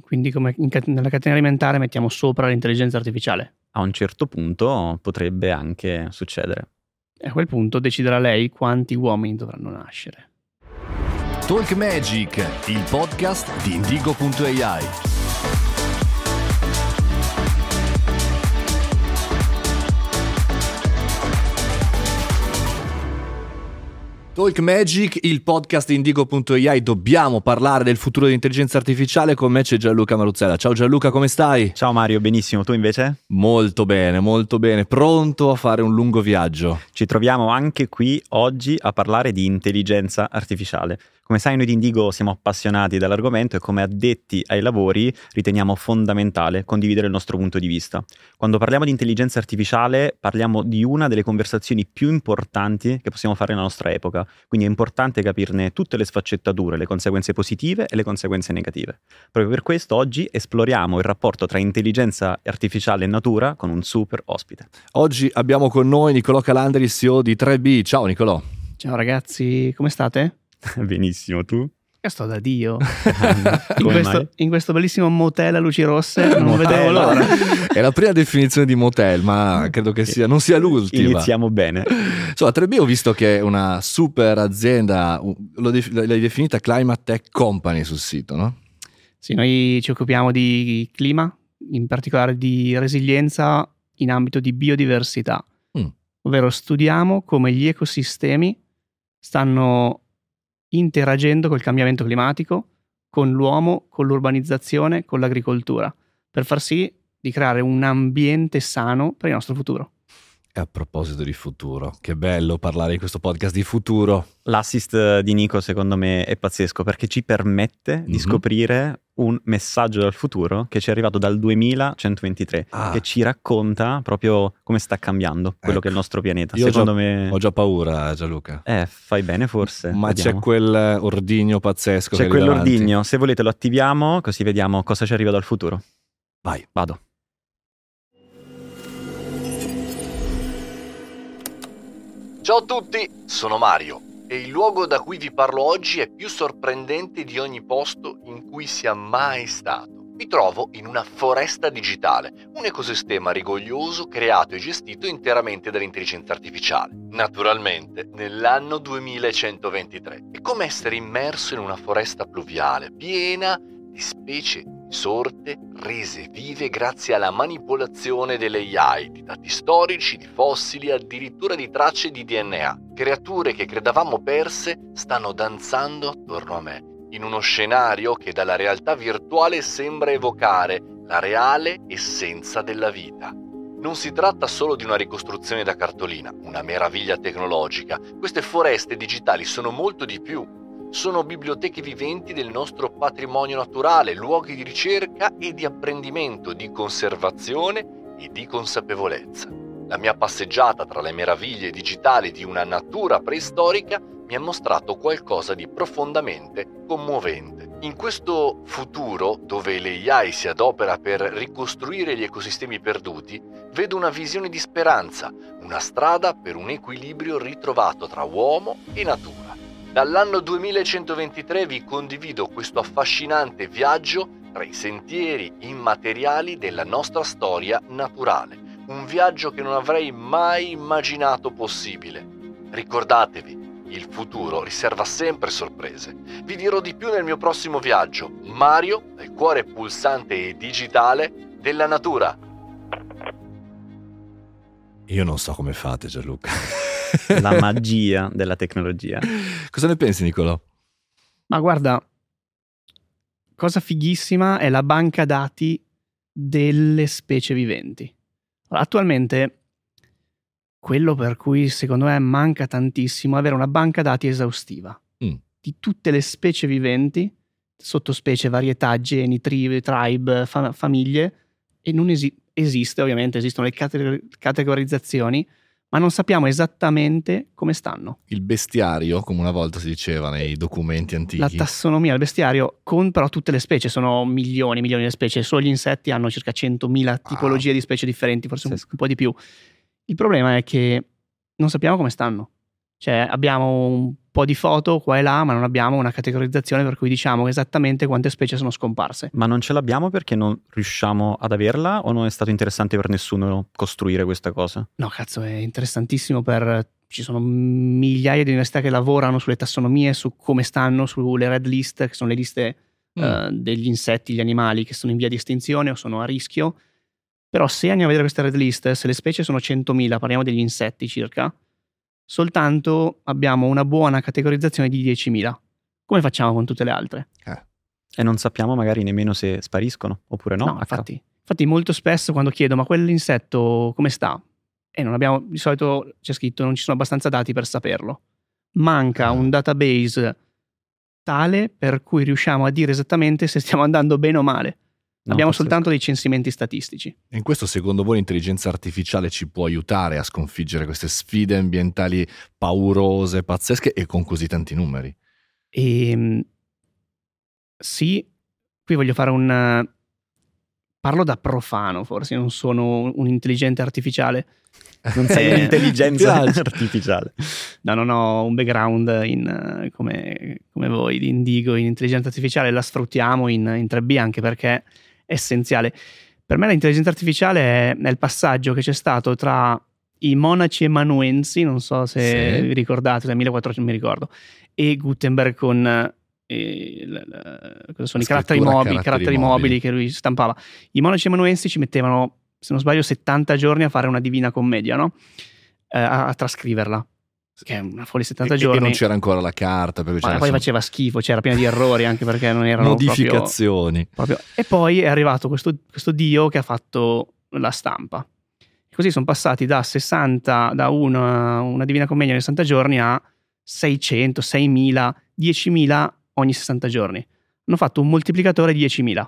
Quindi come nella catena alimentare mettiamo sopra l'intelligenza artificiale. A un certo punto potrebbe anche succedere. E a quel punto deciderà lei quanti uomini dovranno nascere. Talk Magic, il podcast di Indigo.ai. Talk Magic, il podcast di Indigo.ai. Dobbiamo parlare del futuro dell'intelligenza artificiale. Con me c'è Gianluca Maruzzella. Ciao Gianluca, come stai? Ciao Mario, benissimo. Tu invece? Molto bene, pronto a fare un lungo viaggio. Ci troviamo anche qui oggi a parlare di intelligenza artificiale. Come sai, noi di Indigo siamo appassionati dall'argomento e come addetti ai lavori riteniamo fondamentale condividere il nostro punto di vista. Quando parliamo di intelligenza artificiale parliamo di una delle conversazioni più importanti che possiamo fare nella nostra epoca, quindi è importante capirne tutte le sfaccettature, le conseguenze positive e le conseguenze negative. Proprio per questo oggi esploriamo il rapporto tra intelligenza artificiale e natura con un super ospite. Oggi abbiamo con noi Nicolò Calandri, CEO di 3B. Ciao Nicolò. Ciao ragazzi, come state? Benissimo, tu? Io sto da Dio. Come in questo bellissimo motel a luci rosse, non vedevo l'ora. È la prima definizione di motel, ma credo che non sia l'ultima. Iniziamo bene. Insomma, 3B ho visto che è una super azienda, l'hai definita Climate Tech Company sul sito, no? Sì, noi ci occupiamo di clima, in particolare di resilienza in ambito di biodiversità, ovvero studiamo come gli ecosistemi stanno interagendo col cambiamento climatico, con l'uomo, con l'urbanizzazione, con l'agricoltura, per far sì di creare un ambiente sano per il nostro futuro. E a proposito di futuro, che bello parlare in questo podcast di futuro. L'assist di Nico secondo me è pazzesco perché ci permette di scoprire un messaggio dal futuro che ci è arrivato dal 2123 che ci racconta proprio come sta cambiando quello che è il nostro pianeta. Secondo me ho già paura, Gianluca. Fai bene forse. Ma vediamo. C'è quel ordigno pazzesco. C'è quell'ordigno, se volete lo attiviamo così vediamo cosa ci arriva dal futuro. Vai. Vado. Ciao a tutti, sono Mario e il luogo da cui vi parlo oggi è più sorprendente di ogni posto in cui sia mai stato. Mi trovo in una foresta digitale, un ecosistema rigoglioso creato e gestito interamente dall'intelligenza artificiale. Naturalmente, nell'anno 2123. È come essere immerso in una foresta pluviale, piena di specie sorte rese vive grazie alla manipolazione delle AI, di dati storici, di fossili, addirittura di tracce di DNA. Creature che credevamo perse stanno danzando attorno a me, in uno scenario che dalla realtà virtuale sembra evocare la reale essenza della vita. Non si tratta solo di una ricostruzione da cartolina, una meraviglia tecnologica. Queste foreste digitali sono molto di più. Sono biblioteche viventi del nostro patrimonio naturale, luoghi di ricerca e di apprendimento, di conservazione e di consapevolezza. La mia passeggiata tra le meraviglie digitali di una natura preistorica mi ha mostrato qualcosa di profondamente commovente. In questo futuro, dove l'AI si adopera per ricostruire gli ecosistemi perduti, vedo una visione di speranza, una strada per un equilibrio ritrovato tra uomo e natura. Dall'anno 2123 vi condivido questo affascinante viaggio tra i sentieri immateriali della nostra storia naturale. Un viaggio che non avrei mai immaginato possibile. Ricordatevi, il futuro riserva sempre sorprese. Vi dirò di più nel mio prossimo viaggio. Mario, dal cuore pulsante e digitale della natura. Io non so come fate, Gianluca. La magia della tecnologia. Cosa ne pensi, Nicolò? Ma guarda, cosa fighissima è la banca dati delle specie viventi. Attualmente, quello per cui secondo me manca tantissimo è avere una banca dati esaustiva di tutte le specie viventi, sottospecie, varietà, geni, tribe, famiglie, e non esiste, ovviamente esistono le categorizzazioni, ma non sappiamo esattamente come stanno. Il bestiario, come una volta si diceva nei documenti antichi. La tassonomia del bestiario con però tutte le specie, sono milioni di specie, solo gli insetti hanno circa 100.000 tipologie di specie differenti, forse un po' di più. Il problema è che non sappiamo come stanno. Cioè abbiamo po' di foto qua e là, ma non abbiamo una categorizzazione per cui diciamo esattamente quante specie sono scomparse. Ma non ce l'abbiamo perché non riusciamo ad averla, o non è stato interessante per nessuno costruire questa cosa? No, cazzo, è interessantissimo ci sono migliaia di università che lavorano sulle tassonomie, su come stanno, sulle red list, che sono le liste degli insetti, gli animali che sono in via di estinzione o sono a rischio. Però se andiamo a vedere queste red list, se le specie sono 100.000, parliamo degli insetti circa, soltanto abbiamo una buona categorizzazione di 10.000. Come facciamo con tutte le altre? E non sappiamo magari nemmeno se spariscono, oppure no? No, infatti molto spesso quando chiedo ma quell'insetto come sta? E non abbiamo, di solito c'è scritto non ci sono abbastanza dati per saperlo. Manca un database tale per cui riusciamo a dire esattamente se stiamo andando bene o male. Abbiamo soltanto dei censimenti statistici. E in questo, secondo voi, l'intelligenza artificiale ci può aiutare a sconfiggere queste sfide ambientali paurose, pazzesche e con così tanti numeri? Sì, qui voglio fare parlo da profano, forse non sono un intelligente artificiale. Non sei un'intelligenza artificiale. No, non ho un background come voi di Indigo in intelligenza artificiale, la sfruttiamo in 3B anche perché è essenziale. Per me l'intelligenza artificiale è il passaggio che c'è stato tra i monaci emanuensi, non so se vi ricordate, nel 1400 mi ricordo, e Gutenberg con cosa sono i caratteri mobili che lui stampava. I monaci emanuensi ci mettevano, se non sbaglio, 70 giorni a fare una Divina Commedia, no? A trascriverla, che è una follia. 70 giorni. E non c'era ancora la carta, perché poi faceva schifo, c'era pieno di errori anche perché non erano modificazioni proprio. E poi è arrivato questo dio che ha fatto la stampa. E così sono passati da 60, da una Divina Commedia in 60 giorni a 600, 6.000, 10.000 ogni 60 giorni. Hanno fatto un moltiplicatore di 10.000.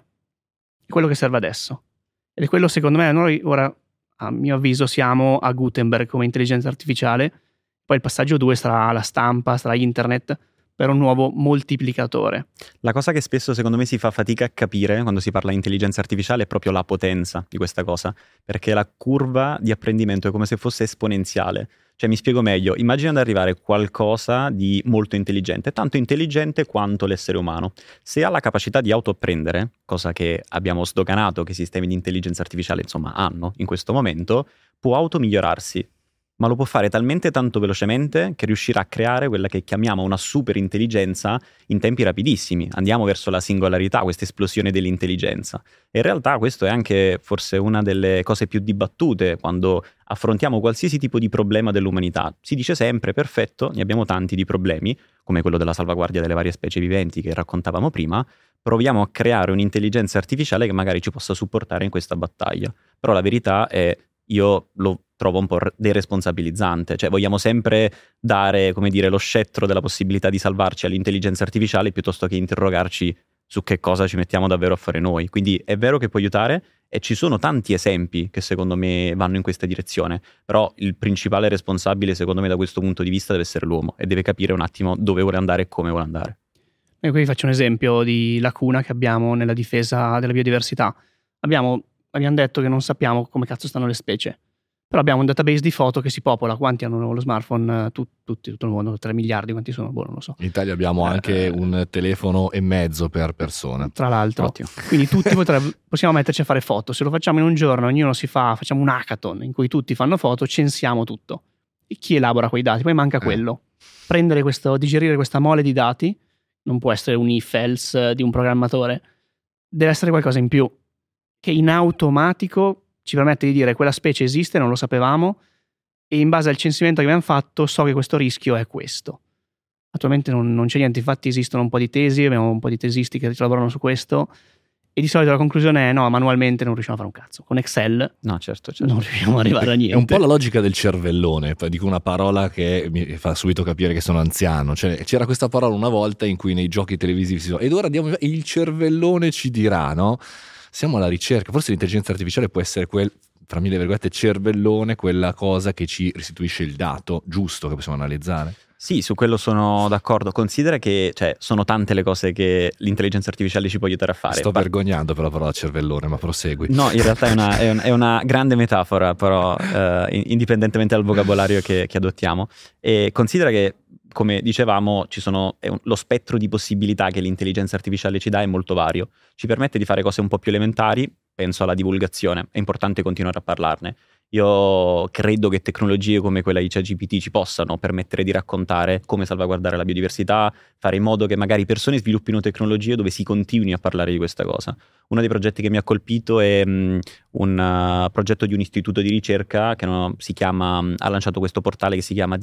È quello che serve adesso. Ed è quello, secondo me, noi ora, a mio avviso, siamo a Gutenberg come intelligenza artificiale. Poi il passaggio 2 sarà la stampa, sarà internet, per un nuovo moltiplicatore. La cosa che spesso secondo me si fa fatica a capire quando si parla di intelligenza artificiale è proprio la potenza di questa cosa, perché la curva di apprendimento è come se fosse esponenziale. Cioè, mi spiego meglio, immagina ad arrivare qualcosa di molto intelligente, tanto intelligente quanto l'essere umano. Se ha la capacità di autoapprendere, cosa che abbiamo sdoganato che i sistemi di intelligenza artificiale insomma hanno in questo momento, può automigliorarsi. Ma lo può fare talmente tanto velocemente che riuscirà a creare quella che chiamiamo una super intelligenza in tempi rapidissimi. Andiamo verso la singolarità, questa esplosione dell'intelligenza. E in realtà questo è anche forse una delle cose più dibattute quando affrontiamo qualsiasi tipo di problema dell'umanità. Si dice sempre, perfetto, ne abbiamo tanti di problemi, come quello della salvaguardia delle varie specie viventi che raccontavamo prima, proviamo a creare un'intelligenza artificiale che magari ci possa supportare in questa battaglia. Però la verità è, io lo trovo un po' deresponsabilizzante, cioè vogliamo sempre dare, come dire, lo scettro della possibilità di salvarci all'intelligenza artificiale piuttosto che interrogarci su che cosa ci mettiamo davvero a fare noi. Quindi è vero che può aiutare e ci sono tanti esempi che secondo me vanno in questa direzione, però il principale responsabile secondo me da questo punto di vista deve essere l'uomo e deve capire un attimo dove vuole andare e come vuole andare. E qui faccio un esempio di lacuna che abbiamo nella difesa della biodiversità. Abbiamo detto che non sappiamo come cazzo stanno le specie. Però abbiamo un database di foto che si popola. Quanti hanno lo smartphone? Tutto il mondo, 3 miliardi, quanti sono? Boh, non lo so. In Italia abbiamo anche un telefono e mezzo per persona. Tra l'altro. Quindi tutti possiamo metterci a fare foto. Se lo facciamo in un giorno, ognuno facciamo un hackathon in cui tutti fanno foto, censiamo tutto. E chi elabora quei dati? Poi manca quello. Digerire questa mole di dati non può essere un if-else di un programmatore. Deve essere qualcosa in più che in automatico ci permette di dire quella specie esiste, non lo sapevamo, e in base al censimento che abbiamo fatto so che questo rischio è questo. Attualmente non c'è niente, infatti esistono un po' di tesi, abbiamo un po' di tesisti che lavorano su questo, e di solito la conclusione è no, manualmente non riusciamo a fare un cazzo. Con Excel no, certo. non riusciamo ad arrivare a niente. È un po' la logica del cervellone, dico una parola che mi fa subito capire che sono anziano. Cioè, c'era questa parola una volta in cui nei giochi televisivi si ed ora il cervellone ci dirà, no? Siamo alla ricerca, forse l'intelligenza artificiale può essere tra mille virgolette, cervellone, quella cosa che ci restituisce il dato giusto che possiamo analizzare. Sì, su quello sono d'accordo. Considera che sono tante le cose che l'intelligenza artificiale ci può aiutare a fare. Sto vergognando per la parola cervellone, ma prosegui. No, in realtà è una grande metafora, però indipendentemente dal vocabolario che adottiamo. E considera che come dicevamo, lo spettro di possibilità che l'intelligenza artificiale ci dà è molto vario. Ci permette di fare cose un po' più elementari, penso alla divulgazione, è importante continuare a parlarne. Io credo che tecnologie come quella di ChatGPT ci possano permettere di raccontare come salvaguardare la biodiversità, fare in modo che magari persone sviluppino tecnologie dove si continui a parlare di questa cosa. Uno dei progetti che mi ha colpito è un progetto di un istituto di ricerca che ha lanciato questo portale che si chiama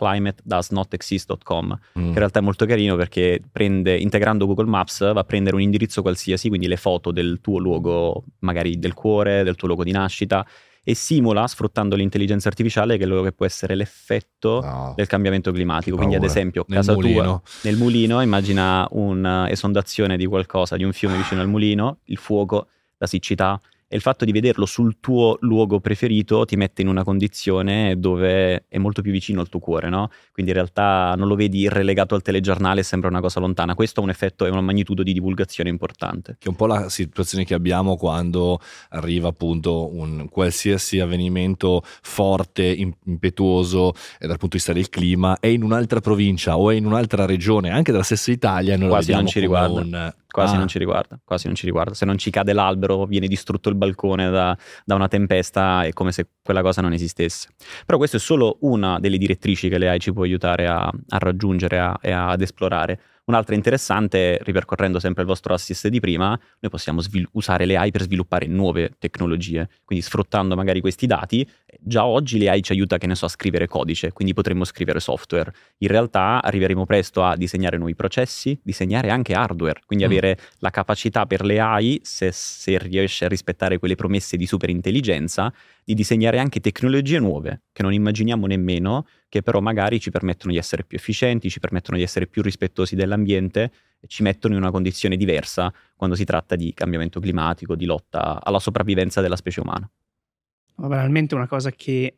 thisclimatedoesnotexist.com, che in realtà è molto carino perché integrando Google Maps, va a prendere un indirizzo qualsiasi, quindi le foto del tuo luogo, magari del cuore, del tuo luogo di nascita, e simula, sfruttando l'intelligenza artificiale, quello che può essere l'effetto del cambiamento climatico. Quindi ad esempio casa tua nel mulino, immagina un'esondazione di qualcosa, di un fiume vicino al mulino, il fuoco, la siccità, e il fatto di vederlo sul tuo luogo preferito ti mette in una condizione dove è molto più vicino al tuo cuore, no? Quindi in realtà non lo vedi relegato al telegiornale e sembra una cosa lontana. Questo ha un effetto e una magnitudo di divulgazione importante. Che è un po' la situazione che abbiamo quando arriva appunto un qualsiasi avvenimento forte, impetuoso dal punto di vista del clima, è in un'altra provincia o è in un'altra regione, anche della stessa Italia, e noi quasi lo non ci riguarda. Quasi non ci riguarda. Se non ci cade l'albero, viene distrutto il balcone da una tempesta, è come se quella cosa non esistesse. Però questa è solo una delle direttrici che l'AI ci può aiutare a raggiungere e ad esplorare. Un'altra interessante, ripercorrendo sempre il vostro assist di prima, noi possiamo usare le AI per sviluppare nuove tecnologie, quindi sfruttando magari questi dati. Già oggi le AI ci aiuta, che ne so, a scrivere codice, quindi potremmo scrivere software. In realtà arriveremo presto a disegnare nuovi processi, disegnare anche hardware, quindi avere la capacità per le AI, se riesce a rispettare quelle promesse di superintelligenza, di disegnare anche tecnologie nuove che non immaginiamo nemmeno, che però magari ci permettono di essere più efficienti, ci permettono di essere più rispettosi dell'ambiente e ci mettono in una condizione diversa quando si tratta di cambiamento climatico, di lotta alla sopravvivenza della specie umana. Ma banalmente una cosa che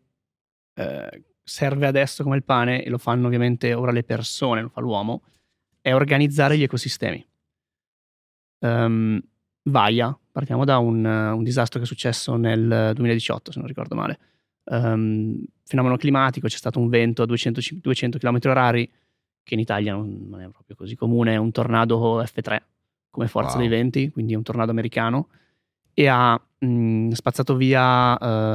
serve adesso come il pane, e lo fanno ovviamente ora le persone, lo fa l'uomo, è organizzare gli ecosistemi. Vaia, partiamo da un disastro che è successo nel 2018, se non ricordo male. Fenomeno climatico, c'è stato un vento a 200 km/h, che in Italia non è proprio così comune, è un tornado F3 come forza dei venti, quindi è un tornado americano, e ha spazzato via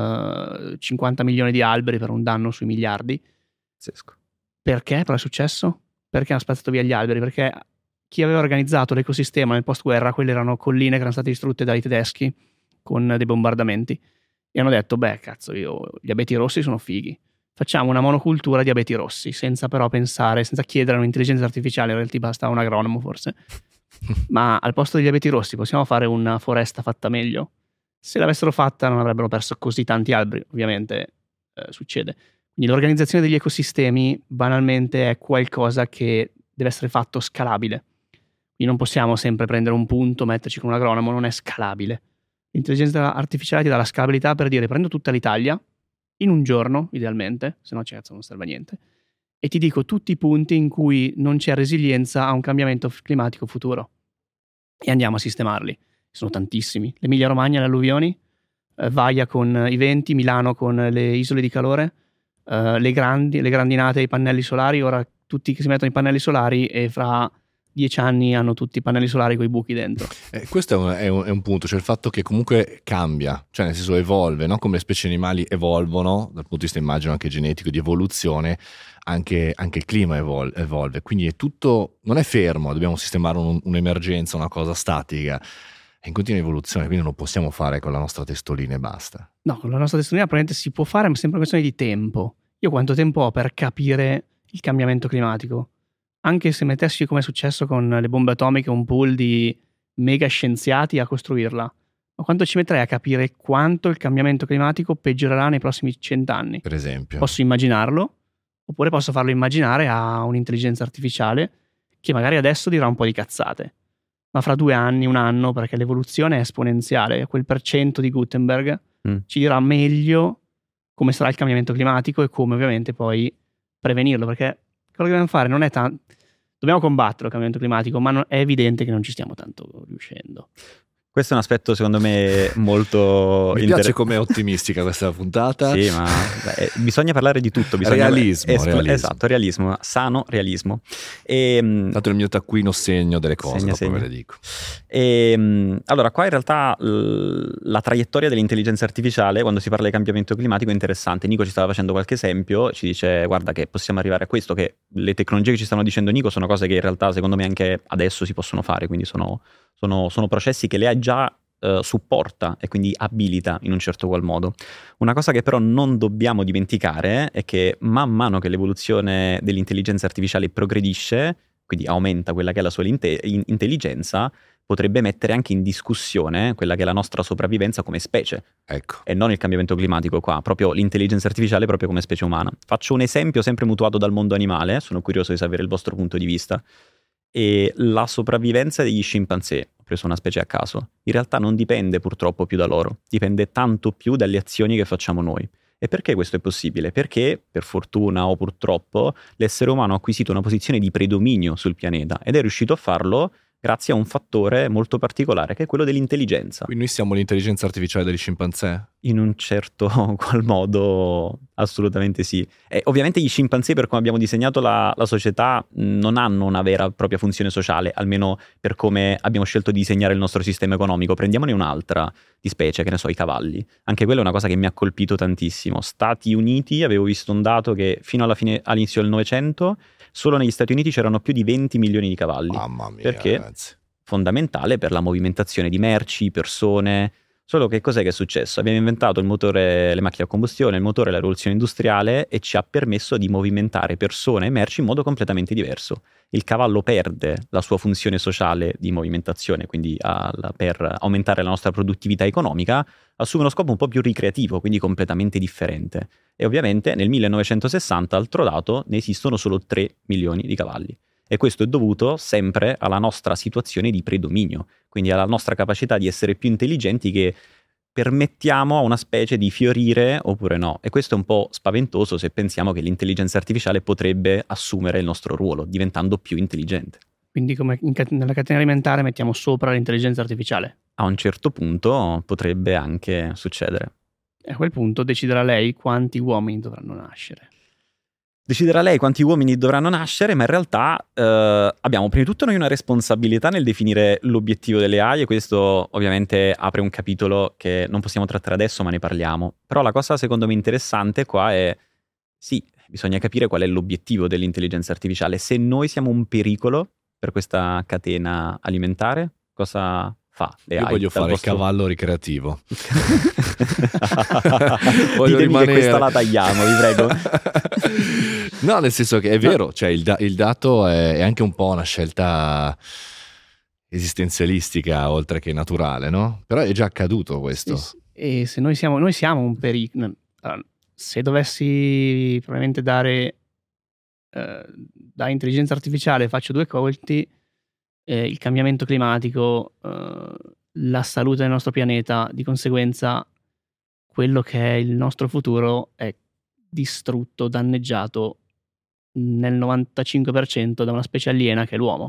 50 milioni di alberi per un danno sui miliardi. Pazzesco. Perché? Però è successo? Perché hanno spazzato via gli alberi? Perché chi aveva organizzato l'ecosistema nel post-guerra, quelle erano colline che erano state distrutte dai tedeschi con dei bombardamenti, e hanno detto, beh cazzo, gli abeti rossi sono fighi, facciamo una monocultura di abeti rossi, senza però pensare, senza chiedere a un'intelligenza artificiale, in realtà bastava un agronomo forse, ma al posto degli abeti rossi possiamo fare una foresta fatta meglio? Se l'avessero fatta non avrebbero perso così tanti alberi, ovviamente succede. Quindi l'organizzazione degli ecosistemi banalmente è qualcosa che deve essere fatto scalabile. Quindi non possiamo sempre prendere un punto, metterci con un agronomo, non è scalabile. L'intelligenza artificiale ti dà la scalabilità per dire prendo tutta l'Italia in un giorno, idealmente, se no cazzo non serve a niente, e ti dico tutti i punti in cui non c'è resilienza a un cambiamento climatico futuro e andiamo a sistemarli. Sono tantissimi. L'Emilia Romagna, le alluvioni, Vaia con i venti, Milano con le isole di calore, le grandinate ai pannelli solari. Ora tutti che si mettono i pannelli solari e fra 10 anni hanno tutti i pannelli solari con i buchi dentro. Questo è un punto, cioè il fatto che comunque cambia, cioè nel senso evolve, no? Come le specie animali evolvono dal punto di vista, immagino, anche genetico, di evoluzione, anche il clima evolve, quindi è tutto, non è fermo, dobbiamo sistemare un'emergenza, una cosa statica, è in continua evoluzione, quindi non possiamo fare con la nostra testolina e basta. No, con la nostra testolina probabilmente si può fare, ma è sempre una questione di tempo. Io quanto tempo ho per capire il cambiamento climatico? Anche se mettessi, come è successo con le bombe atomiche, un pool di mega scienziati a costruirla, ma quanto ci metterei a capire quanto il cambiamento climatico peggiorerà nei prossimi 100 anni? Per esempio. Posso immaginarlo, oppure posso farlo immaginare a un'intelligenza artificiale che magari adesso dirà un po' di cazzate, ma fra 2 anni, 1 anno, perché l'evoluzione è esponenziale, quel % di Gutenberg ci dirà meglio come sarà il cambiamento climatico e come ovviamente poi prevenirlo, perché quello che dobbiamo fare non è tanto. Dobbiamo combattere il cambiamento climatico, ma è evidente che non ci stiamo tanto riuscendo. Questo è un aspetto secondo me molto Mi piace com'è ottimistica questa puntata. Sì, ma bisogna parlare di tutto. Realismo. Esatto, realismo, sano realismo. Tanto il mio taccuino segno delle cose, dopo ve le dico. Allora, qua in realtà la traiettoria dell'intelligenza artificiale, quando si parla di cambiamento climatico, è interessante. Nico ci stava facendo qualche esempio, ci dice guarda che possiamo arrivare a questo, che le tecnologie che ci stanno dicendo Nico sono cose che in realtà secondo me anche adesso si possono fare, quindi sono processi che l'AI già supporta e quindi abilita in un certo qual modo. Una cosa che però non dobbiamo dimenticare è che man mano che l'evoluzione dell'intelligenza artificiale progredisce, quindi aumenta quella che è la sua intelligenza, potrebbe mettere anche in discussione quella che è la nostra sopravvivenza come specie. Ecco. E non il cambiamento climatico qua, proprio l'intelligenza artificiale proprio come specie umana. Faccio un esempio sempre mutuato dal mondo animale, sono curioso di sapere il vostro punto di vista. E la sopravvivenza degli scimpanzé, ho preso una specie a caso, in realtà non dipende purtroppo più da loro, dipende tanto più dalle azioni che facciamo noi. E perché questo è possibile? Perché, per fortuna o purtroppo, l'essere umano ha acquisito una posizione di predominio sul pianeta ed è riuscito a farlo grazie a un fattore molto particolare, che è quello dell'intelligenza. Quindi noi siamo l'intelligenza artificiale degli scimpanzé? In un certo qual modo, assolutamente sì. E ovviamente gli scimpanzé, per come abbiamo disegnato la società, non hanno una vera e propria funzione sociale, almeno per come abbiamo scelto di disegnare il nostro sistema economico. Prendiamone un'altra di specie, che ne so, i cavalli. Anche quella è una cosa che mi ha colpito tantissimo. Stati Uniti, avevo visto un dato che fino all'inizio del Novecento, solo negli Stati Uniti c'erano più di 20 milioni di cavalli. Mamma mia, perché ragazzi. Fondamentale per la movimentazione di merci, persone. Solo che cos'è che è successo? Abbiamo inventato il motore, le macchine a combustione, il motore, la rivoluzione industriale, e ci ha permesso di movimentare persone e merci in modo completamente diverso. Il cavallo perde la sua funzione sociale di movimentazione, quindi per aumentare la nostra produttività economica, assume uno scopo un po' più ricreativo, quindi completamente differente. E ovviamente nel 1960, altro dato, ne esistono solo 3 milioni di cavalli. E questo è dovuto sempre alla nostra situazione di predominio, quindi alla nostra capacità di essere più intelligenti, che permettiamo a una specie di fiorire oppure no. E questo è un po' spaventoso se pensiamo che l'intelligenza artificiale potrebbe assumere il nostro ruolo, diventando più intelligente. Quindi come nella catena alimentare mettiamo sopra l'intelligenza artificiale. A un certo punto potrebbe anche succedere. E a quel punto deciderà lei quanti uomini dovranno nascere. Deciderà lei quanti uomini dovranno nascere, ma in realtà abbiamo prima di tutto noi una responsabilità nel definire l'obiettivo delle AI, e questo ovviamente apre un capitolo che non possiamo trattare adesso, ma ne parliamo. Però la cosa secondo me interessante qua è, sì, bisogna capire qual è l'obiettivo dell'intelligenza artificiale. Se noi siamo un pericolo per questa catena alimentare, cosa fa le AI? Io voglio fare il cavallo ricreativo. Voglio rimanere... che questa la tagliamo, vi prego. No, nel senso che è vero, cioè il dato è anche un po' una scelta esistenzialistica oltre che naturale, no? Però è già accaduto questo. Sì. E se noi siamo un pericolo, se dovessi probabilmente dare da intelligenza artificiale, faccio due conti, il cambiamento climatico, la salute del nostro pianeta, di conseguenza quello che è il nostro futuro è distrutto, danneggiato nel 95% da una specie aliena che è l'uomo.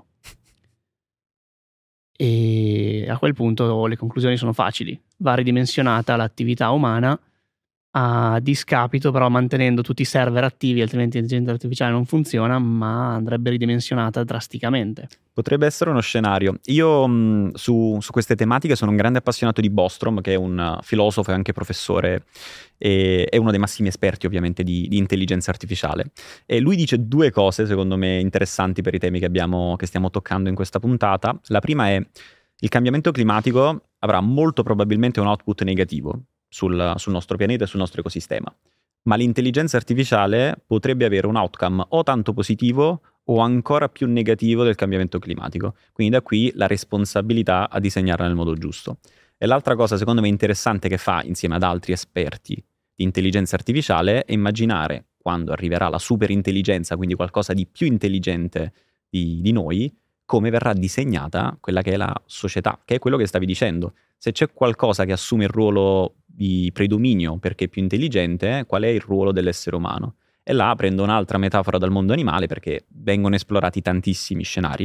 E a quel punto le conclusioni sono facili: va ridimensionata l'attività umana a discapito, però mantenendo tutti i server attivi, altrimenti l'intelligenza artificiale non funziona, ma andrebbe ridimensionata drasticamente. Potrebbe essere uno scenario. Io su queste tematiche sono un grande appassionato di Bostrom, che è un filosofo e anche professore, e è uno dei massimi esperti ovviamente di intelligenza artificiale. E lui dice due cose secondo me interessanti per i temi che stiamo toccando in questa puntata. La prima è: il cambiamento climatico avrà molto probabilmente un output negativo sul nostro pianeta e sul nostro ecosistema, ma l'intelligenza artificiale potrebbe avere un outcome o tanto positivo o ancora più negativo del cambiamento climatico. Quindi da qui la responsabilità a disegnarla nel modo giusto. E l'altra cosa secondo me interessante che fa insieme ad altri esperti di intelligenza artificiale è immaginare, quando arriverà la superintelligenza, quindi qualcosa di più intelligente di noi, come verrà disegnata quella che è la società, che è quello che stavi dicendo. Se c'è qualcosa che assume il ruolo di predominio perché è più intelligente, qual è il ruolo dell'essere umano? E là prendo un'altra metafora dal mondo animale, perché vengono esplorati tantissimi scenari,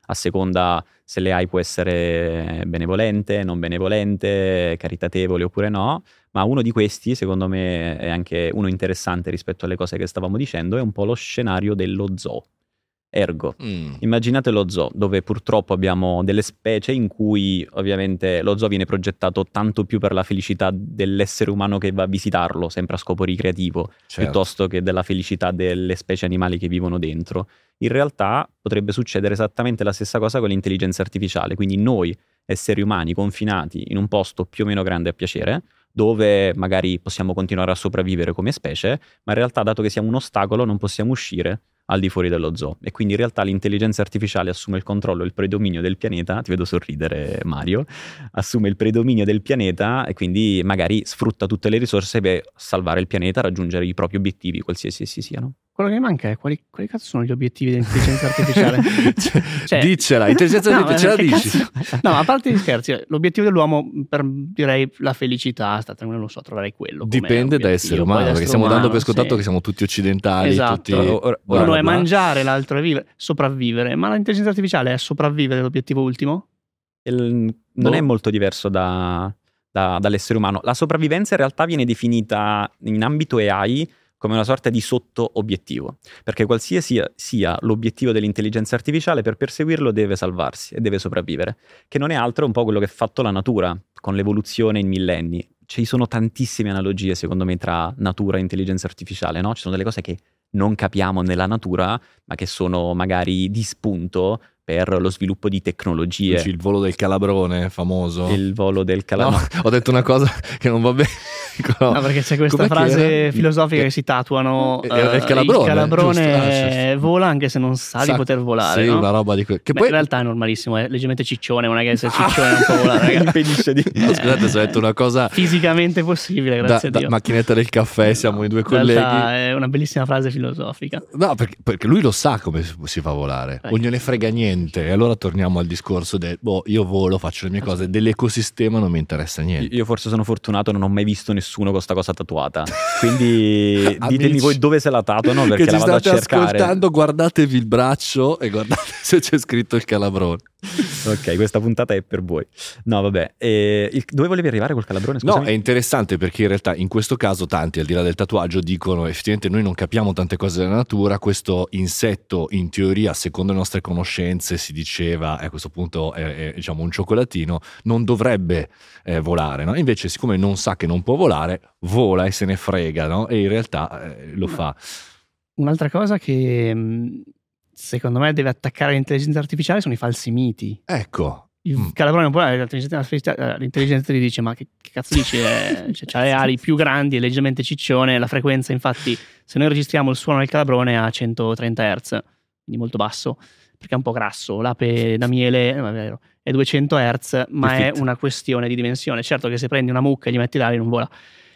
a seconda se l'AI può essere benevolente, non benevolente, caritatevole oppure no, ma uno di questi, secondo me, è anche uno interessante rispetto alle cose che stavamo dicendo, è un po' lo scenario dello zoo. Ergo, immaginate lo zoo, dove purtroppo abbiamo delle specie in cui ovviamente lo zoo viene progettato tanto più per la felicità dell'essere umano che va a visitarlo, sempre a scopo ricreativo, piuttosto che della felicità delle specie animali che vivono dentro. In realtà potrebbe succedere esattamente la stessa cosa con l'intelligenza artificiale, quindi noi, esseri umani confinati in un posto più o meno grande a piacere, dove magari possiamo continuare a sopravvivere come specie, ma in realtà, dato che siamo un ostacolo, non possiamo uscire al di fuori dello zoo, e quindi in realtà l'intelligenza artificiale assume il controllo e il predominio del pianeta. Ti vedo sorridere, Mario. Assume il predominio del pianeta e quindi magari sfrutta tutte le risorse per salvare il pianeta, raggiungere i propri obiettivi, qualsiasi essi siano. Quello che mi manca è quali cazzo sono gli obiettivi dell'intelligenza artificiale? Cioè, dicela, intelligenza artificiale dici. No, a parte gli scherzi, l'obiettivo dell'uomo, per direi la felicità, non lo so, troverei quello. Dipende da essere umano, perché stiamo dando per scontato che siamo tutti occidentali. Esatto. Uno è mangiare, l'altro è sopravvivere. Ma l'intelligenza artificiale è sopravvivere l'obiettivo ultimo? Non è molto diverso dall'essere umano. La sopravvivenza in realtà viene definita in ambito AI come una sorta di sotto-obiettivo, perché qualsiasi sia l'obiettivo dell'intelligenza artificiale, per perseguirlo deve salvarsi e deve sopravvivere, che non è altro un po' quello che ha fatto la natura con l'evoluzione in millenni. Ci sono tantissime analogie, secondo me, tra natura e intelligenza artificiale, no? Ci sono delle cose che non capiamo nella natura, ma che sono magari di spunto per lo sviluppo di tecnologie. Dici il volo del calabrone famoso. Il volo del calabrone. No, ho detto una cosa che non va bene. No, perché c'è questa frase filosofica che si tatuano. Il calabrone. Il calabrone vola anche se non sa di poter volare. Sì, no? una roba di che poi in realtà è normalissimo, è leggermente ciccione, non è che se ciccione non può volare. Impedisce di... No, scusate, se ho detto una cosa fisicamente possibile, grazie a Dio. Macchinetta del caffè, siamo i due colleghi. In realtà è una bellissima frase filosofica. No, perché lui lo sa come si fa a volare. Non gliene frega niente. E allora torniamo al discorso del io volo, faccio le mie cose, dell'ecosistema non mi interessa niente. Io forse sono fortunato, non ho mai visto nessuno con sta cosa tatuata. Quindi ditemi voi dove se la tatuano, perché che la vado a cercare. State ascoltando, guardatevi il braccio e guardate se c'è scritto il calabrone. Ok, questa puntata è per voi. No, vabbè. Dove volevi arrivare col calabrone? Scusami. No, è interessante perché in realtà in questo caso tanti, al di là del tatuaggio, dicono effettivamente noi non capiamo tante cose della natura, questo insetto in teoria, secondo le nostre conoscenze, si diceva, a questo punto è diciamo un cioccolatino, non dovrebbe volare, no? Invece siccome non sa che non può volare, vola e se ne frega, no? E in realtà lo fa. Un'altra cosa che secondo me deve attaccare l'intelligenza artificiale sono i falsi miti. Ecco. Il calabrone non può, l'intelligenza ti dice ma che cazzo dici, c'ha le ali più grandi, è leggermente ciccione, la frequenza infatti se noi registriamo il suono del calabrone a 130 Hz, quindi molto basso, perché è un po' grasso, l'ape da miele è 200 Hz, ma è una questione di dimensione. Certo che se prendi una mucca e gli metti l'ali non vola.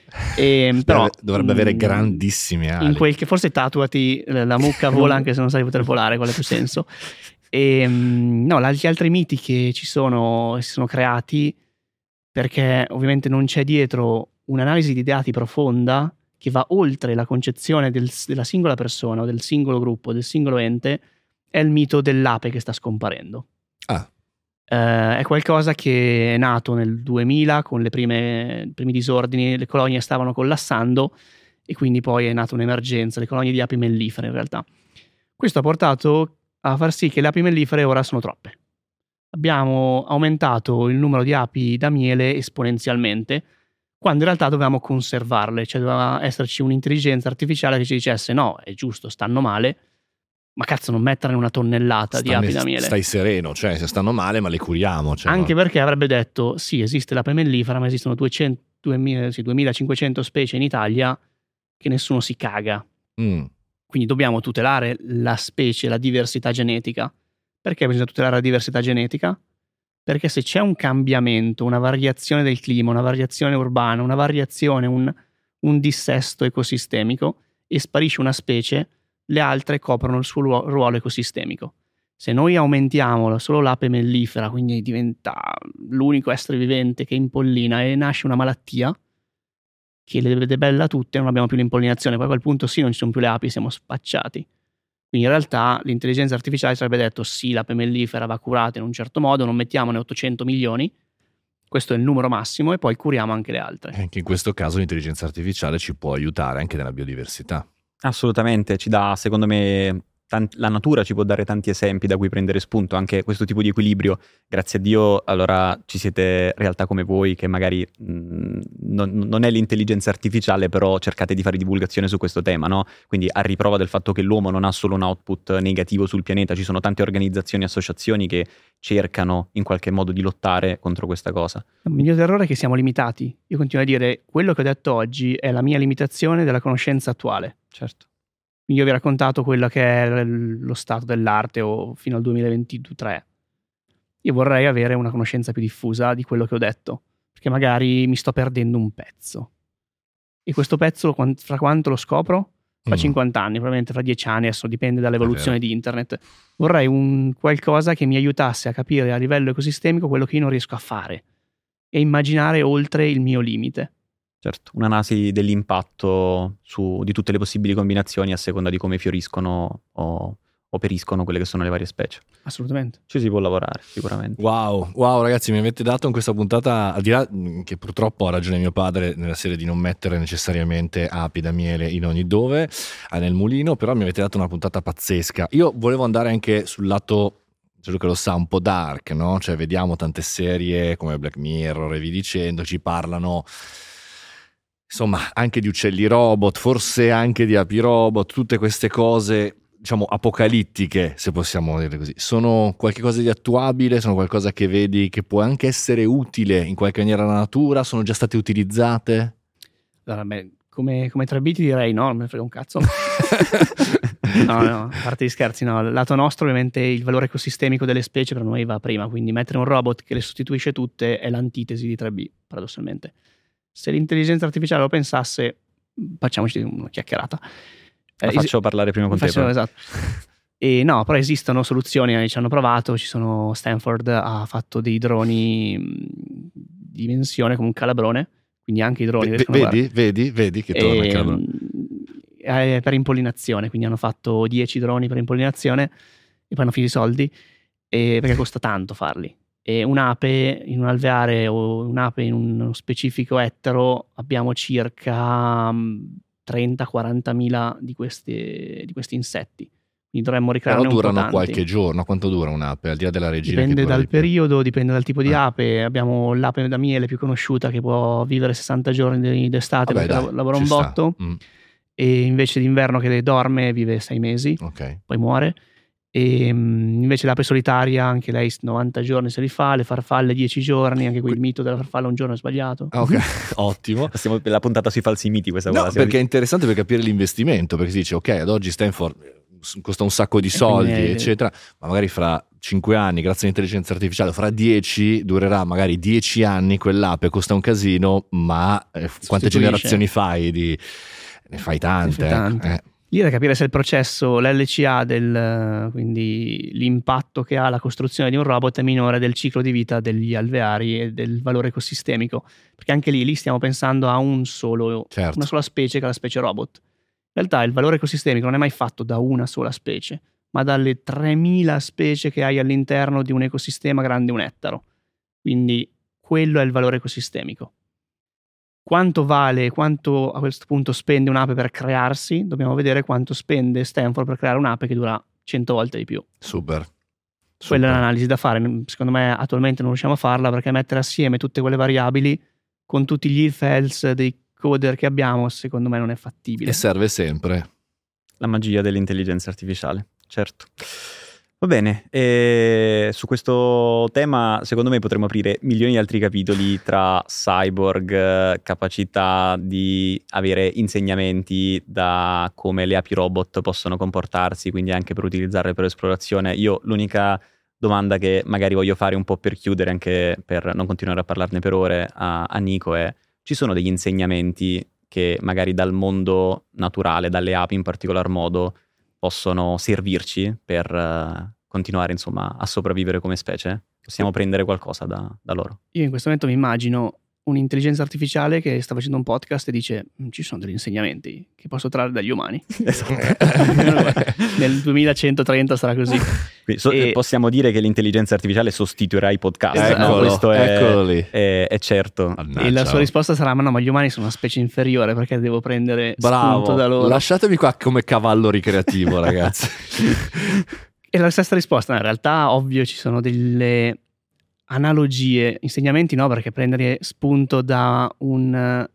Però dovrebbe avere grandissime ali. In quel che forse tatuati la mucca vola anche se non sai di poter volare, qual è più senso. No, gli altri miti che si sono creati, perché ovviamente non c'è dietro un'analisi di dati profonda che va oltre la concezione della singola persona o del singolo gruppo, del singolo ente, è il mito dell'ape che sta scomparendo. È qualcosa che è nato nel 2000 con i primi disordini, le colonie stavano collassando e quindi poi è nata un'emergenza, le colonie di api mellifere in realtà. Questo ha portato a far sì che le api mellifere ora sono troppe. Abbiamo aumentato il numero di api da miele esponenzialmente, quando in realtà dovevamo conservarle, cioè doveva esserci un'intelligenza artificiale che ci dicesse no, è giusto, stanno male, ma cazzo non metterne una tonnellata di api da miele. Stai sereno, cioè se stanno male ma le curiamo. Cioè, anche perché avrebbe detto sì, esiste l'ape mellifera, ma esistono 2500 specie in Italia che nessuno si caga. Quindi dobbiamo tutelare la specie, la diversità genetica. Perché bisogna tutelare la diversità genetica? Perché se c'è un cambiamento, una variazione del clima, una variazione urbana, una variazione, un dissesto ecosistemico e sparisce una specie, le altre coprono il suo ruolo ecosistemico. Se noi aumentiamo solo l'ape mellifera, quindi diventa l'unico essere vivente che impollina e nasce una malattia che le vede bella tutte, non abbiamo più l'impollinazione, poi a quel punto sì, non ci sono più le api, siamo spacciati. Quindi in realtà l'intelligenza artificiale sarebbe detto sì, l'ape mellifera va curata in un certo modo, non mettiamone 800 milioni, questo è il numero massimo, e poi curiamo anche le altre. Anche in questo caso l'intelligenza artificiale ci può aiutare anche nella biodiversità. Assolutamente, ci dà, secondo me, la natura ci può dare tanti esempi da cui prendere spunto, anche questo tipo di equilibrio. Grazie a Dio, allora ci siete realtà come voi che magari non è l'intelligenza artificiale, però cercate di fare divulgazione su questo tema, no? Quindi a riprova del fatto che l'uomo non ha solo un output negativo sul pianeta, ci sono tante organizzazioni e associazioni che cercano in qualche modo di lottare contro questa cosa. Il mio errore è che siamo limitati. Io continuo a dire, quello che ho detto oggi è la mia limitazione della conoscenza attuale. Certo. Io vi ho raccontato quello che è lo stato dell'arte o fino al 2023. Io vorrei avere una conoscenza più diffusa di quello che ho detto, perché magari mi sto perdendo un pezzo. E questo pezzo, fra quanto lo scopro? Fra 50 anni, probabilmente fra 10 anni, adesso dipende dall'evoluzione di internet. Vorrei un qualcosa che mi aiutasse a capire a livello ecosistemico quello che io non riesco a fare e immaginare oltre il mio limite. Certo, un'analisi dell'impatto di tutte le possibili combinazioni a seconda di come fioriscono o periscono quelle che sono le varie specie. Assolutamente. Ci si può lavorare, sicuramente. Wow, ragazzi, mi avete dato in questa puntata, al di là che purtroppo ha ragione mio padre nella serie di non mettere necessariamente api da miele in ogni dove, nel mulino, però mi avete dato una puntata pazzesca. Io volevo andare anche sul lato, quello che lo sa, un po' dark, no? Cioè vediamo tante serie come Black Mirror e vi dicendo, ci parlano insomma anche di uccelli robot, forse anche di api robot, tutte queste cose diciamo apocalittiche, se possiamo dire così. Sono qualcosa di attuabile, sono qualcosa che vedi che può anche essere utile in qualche maniera alla natura, sono già state utilizzate? Allora, beh, come 3B ti direi no, non me ne frega un cazzo. No, a parte gli scherzi, no. Al lato nostro ovviamente il valore ecosistemico delle specie per noi va prima, quindi mettere un robot che le sostituisce tutte è l'antitesi di 3B, paradossalmente. Se l'intelligenza artificiale lo pensasse, facciamoci una chiacchierata. La faccio parlare prima con te. Esatto. E no, però esistono soluzioni, ci hanno provato, Stanford ha fatto dei droni di dimensione come un calabrone, quindi anche i droni vedi che torna il calabrone. Per impollinazione, quindi hanno fatto 10 droni per impollinazione e poi hanno finito i soldi perché costa tanto farli. E un'ape in un alveare o un'ape in uno specifico ettaro abbiamo circa 30-40 mila di questi insetti. Quindi dovremmo ricrearne però durano un po' tanti. Qualche giorno. Quanto dura un'ape? Al di là della regina, dipende dal periodo, dipende dal tipo di ape. Abbiamo l'ape da miele più conosciuta che può vivere 60 giorni d'estate. Vabbè, perché lavora un botto. E invece d'inverno che dorme vive 6 mesi, poi muore. E invece l'ape solitaria anche lei 90 giorni se li fa, le farfalle 10 giorni, anche qui il mito della farfalla un giorno è sbagliato. Ottimo. Stiamo la puntata sui falsi miti questa cosa. Perché è interessante per capire l'investimento, perché si dice ok, ad oggi Stanford costa un sacco di soldi eccetera, ma magari fra 5 anni grazie all'intelligenza artificiale, fra 10 durerà magari 10 anni, quell'ape costa un casino, ma quante generazioni fai? Ne fai tante. Lì è da capire se il processo, l'LCA quindi l'impatto che ha la costruzione di un robot è minore del ciclo di vita degli alveari e del valore ecosistemico, perché anche lì stiamo pensando a una sola specie, che è la specie robot. In realtà il valore ecosistemico non è mai fatto da una sola specie, ma dalle 3000 specie che hai all'interno di un ecosistema grande un ettaro. Quindi quello è il valore ecosistemico. Quanto vale, quanto a questo punto spende un'ape per crearsi? Dobbiamo vedere quanto spende Stanford per creare un'ape che dura 100 volte di più. Super. Quella è l'analisi da fare. Secondo me attualmente non riusciamo a farla, perché mettere assieme tutte quelle variabili con tutti gli if-else dei coder che abbiamo, secondo me non è fattibile. E serve sempre la magia dell'intelligenza artificiale, certo. Va bene, e su questo tema secondo me potremmo aprire milioni di altri capitoli tra cyborg, capacità di avere insegnamenti da come le api robot possono comportarsi, quindi anche per utilizzarle per esplorazione. Io l'unica domanda che magari voglio fare un po' per chiudere, anche per non continuare a parlarne per ore, a Nico è: ci sono degli insegnamenti che magari dal mondo naturale, dalle api in particolar modo, possono servirci per continuare insomma a sopravvivere come specie? Possiamo prendere qualcosa da loro? Io in questo momento mi immagino un'intelligenza artificiale che sta facendo un podcast e dice ci sono degli insegnamenti che posso trarre dagli umani. Esatto. Nel 2130 sarà così. Possiamo dire che l'intelligenza artificiale sostituirà i podcast. Esatto. Questo eccolo lì. È certo. E la sua risposta sarà ma gli umani sono una specie inferiore perché devo prendere spunto da loro. Lasciatemi qua come cavallo ricreativo, ragazzi. E la stessa risposta, in realtà ovvio ci sono delle analogie, insegnamenti no, perché prendere spunto da come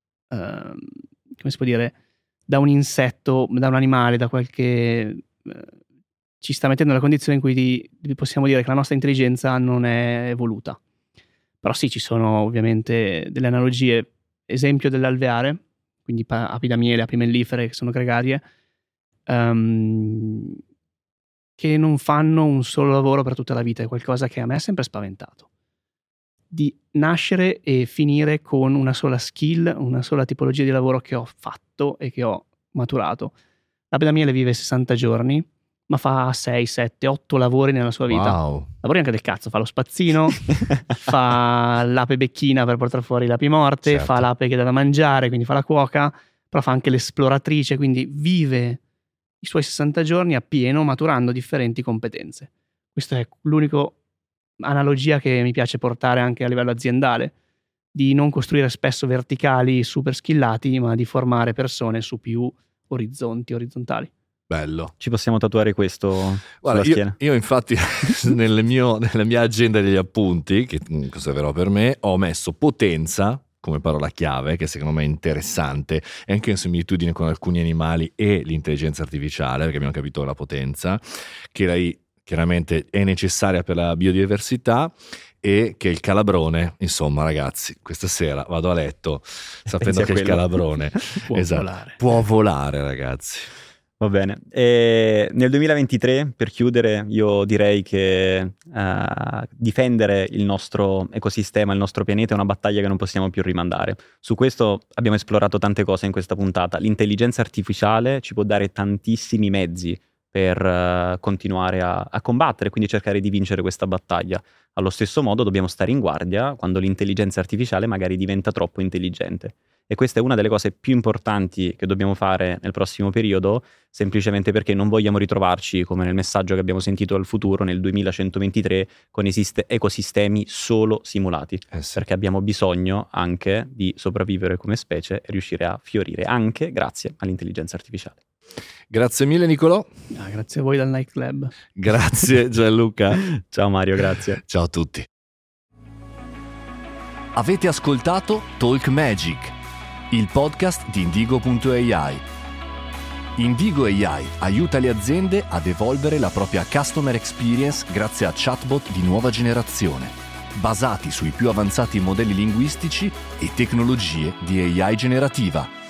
si può dire, da un insetto, da un animale, da qualche ci sta mettendo nella condizione in cui possiamo dire che la nostra intelligenza non è evoluta. Però sì, ci sono ovviamente delle analogie, esempio dell'alveare, quindi api da miele, api mellifere che sono gregarie, che non fanno un solo lavoro per tutta la vita. È qualcosa che a me ha sempre spaventato, di nascere e finire con una sola skill, una sola tipologia di lavoro che ho fatto e che ho maturato. L'ape da miele vive 60 giorni, ma fa 6, 7, 8 lavori nella sua vita. Wow. Lavori anche del cazzo, fa lo spazzino, fa l'ape becchina per portare fuori le api morte, certo. Fa l'ape che dà da mangiare, quindi fa la cuoca, però fa anche l'esploratrice, quindi vive i suoi 60 giorni a pieno maturando differenti competenze. Questa è l'unica analogia che mi piace portare anche a livello aziendale, di non costruire spesso verticali super skillati, ma di formare persone su più orizzontali. Bello. Ci possiamo tatuare questo Guarda, sulla schiena? Io infatti nella mia agenda degli appunti, che conserverò per me, ho messo potenza come parola chiave, che secondo me è interessante, e anche in similitudine con alcuni animali e l'intelligenza artificiale, perché abbiamo capito la potenza, che lei chiaramente è necessaria per la biodiversità, e che il calabrone, insomma ragazzi, questa sera vado a letto sapendo che il calabrone può volare, ragazzi. Va bene. E nel 2023, per chiudere, io direi che difendere il nostro ecosistema, il nostro pianeta è una battaglia che non possiamo più rimandare. Su questo abbiamo esplorato tante cose in questa puntata. L'intelligenza artificiale ci può dare tantissimi mezzi per continuare a combattere, quindi cercare di vincere questa battaglia. Allo stesso modo dobbiamo stare in guardia quando l'intelligenza artificiale magari diventa troppo intelligente. E questa è una delle cose più importanti che dobbiamo fare nel prossimo periodo, semplicemente perché non vogliamo ritrovarci, come nel messaggio che abbiamo sentito al futuro, nel 2123, con ecosistemi solo simulati. Sì. Perché abbiamo bisogno anche di sopravvivere come specie e riuscire a fiorire, anche grazie all'intelligenza artificiale. Grazie mille Nicolò. Grazie a voi dal Night Club. Grazie Gianluca. Ciao Mario, grazie. Ciao a tutti. Avete ascoltato Talk Magic, il podcast di Indigo.ai. Indigo AI aiuta le aziende ad evolvere la propria customer experience grazie a chatbot di nuova generazione, basati sui più avanzati modelli linguistici e tecnologie di AI generativa.